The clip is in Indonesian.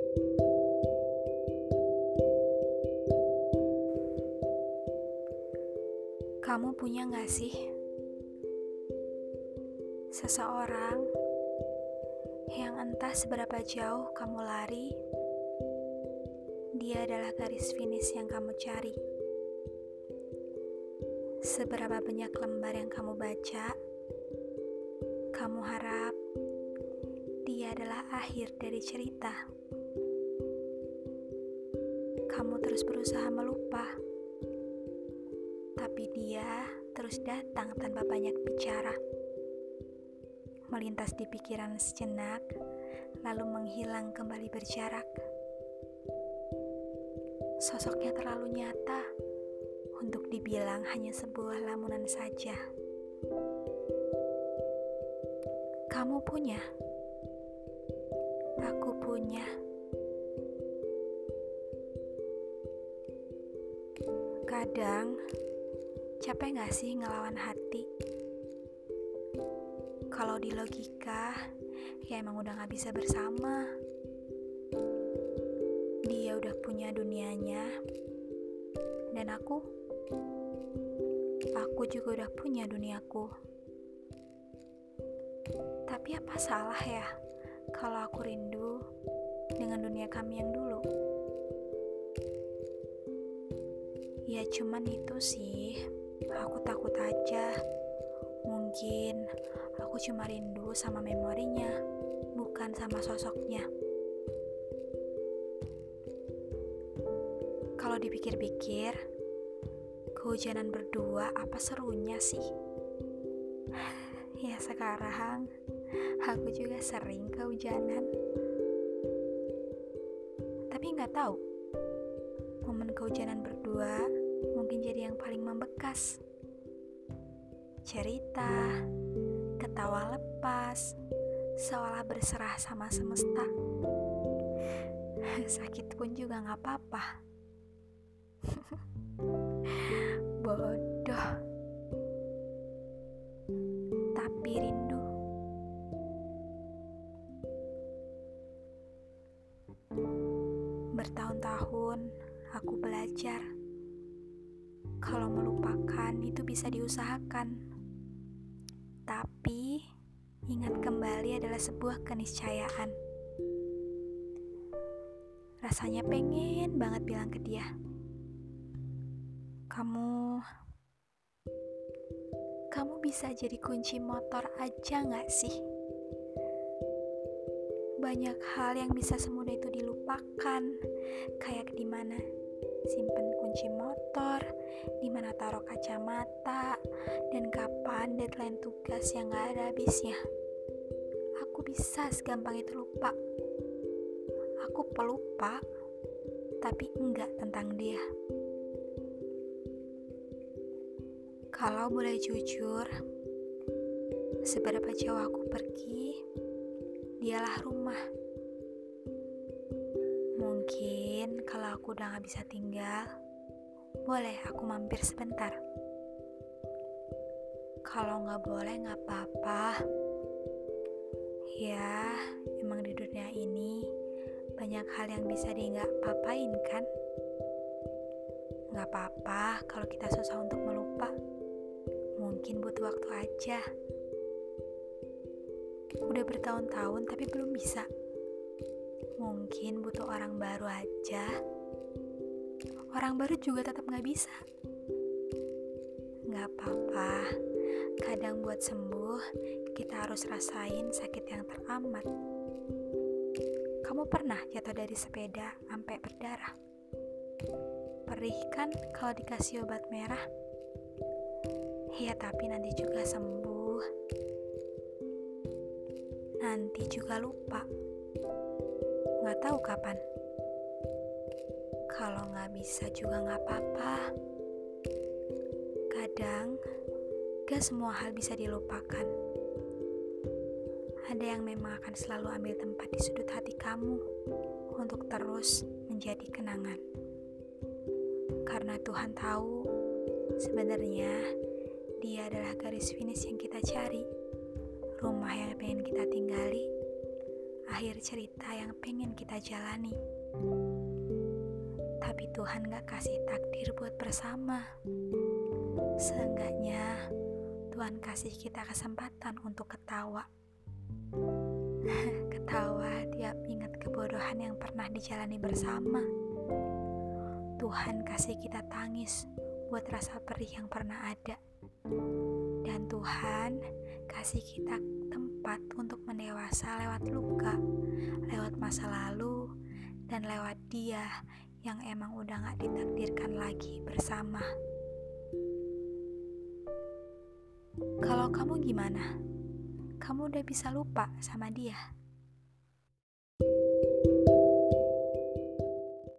Kamu punya gak sih seseorang yang entah seberapa jauh kamu lari, dia adalah garis finish yang kamu cari. Seberapa banyak lembar yang kamu baca, kamu harap dia adalah akhir dari cerita. Kamu terus berusaha melupa, tapi dia terus datang tanpa banyak bicara, melintas di pikiran sejenak, lalu menghilang kembali berjarak. Sosoknya terlalu nyata untuk dibilang hanya sebuah lamunan saja. Kamu punya, aku punya. Kadang capek gak sih ngelawan hati? Kalau di logika, ya emang udah gak bisa bersama. Dia udah punya dunianya, dan aku juga udah punya duniaku. Tapi apa salah ya kalau aku rindu dengan dunia kami yang dulu? Ya cuman itu sih, aku takut aja. Mungkin aku cuma rindu sama memorinya, bukan sama sosoknya. Kalau dipikir-pikir, kehujanan berdua apa serunya sih? Ya sekarang, aku juga sering kehujanan. Tapi gak tahu, momen kehujanan berdua mungkin jadi yang paling membekas. Cerita, ketawa lepas, seolah berserah sama semesta. Sakit pun juga gak apa-apa. Bodoh, tapi rindu. Bertahun-tahun aku belajar kalau melupakan itu bisa diusahakan, tapi ingat kembali adalah sebuah keniscayaan. Rasanya pengen banget bilang ke dia, kamu bisa jadi kunci motor aja gak sih? Banyak hal yang bisa semudah itu dilupakan, kayak di mana simpen kunci motor, di mana taruh kacamata, dan kapan deadline tugas yang gak ada habisnya. Aku bisa segampang itu lupa. Aku pelupa, tapi enggak tentang dia. Kalau boleh jujur, seberapa jauh aku pergi, dialah rumah. Mungkin kalau aku udah gak bisa tinggal, boleh aku mampir sebentar. Kalau gak boleh gak apa-apa. Ya, emang di dunia ini banyak hal yang bisa gak papain kan? Gak apa-apa kalau kita susah untuk melupa. Mungkin butuh waktu aja. Udah bertahun-tahun tapi belum bisa. Mungkin butuh orang baru aja. Orang baru juga tetap gak bisa. Gak apa-apa. Kadang buat sembuh, kita harus rasain sakit yang teramat. Kamu pernah jatuh dari sepeda sampai berdarah? Perih kan kalau dikasih obat merah? Ya tapi nanti juga sembuh. Nanti juga lupa. Gak tahu kapan. Kalau gak bisa juga gak apa-apa. Kadang gak semua hal bisa dilupakan. Ada yang memang akan selalu ambil tempat di sudut hati kamu untuk terus menjadi kenangan. Karena Tuhan tahu sebenarnya dia adalah garis finish yang kita cari, rumah yang pengen kita tinggali, akhir cerita yang pengen kita jalani. Tapi Tuhan gak kasih takdir buat bersama. Seenggaknya Tuhan kasih kita kesempatan untuk ketawa. Ketawa tiap ingat kebodohan yang pernah dijalani bersama. Tuhan kasih kita tangis buat rasa perih yang pernah ada. Dan Tuhan kasih kita tempat untuk mendewasa lewat luka, lewat masa lalu, dan lewat Dia yang emang udah gak ditakdirkan lagi bersama. Kalau kamu gimana? Kamu udah bisa lupa sama dia?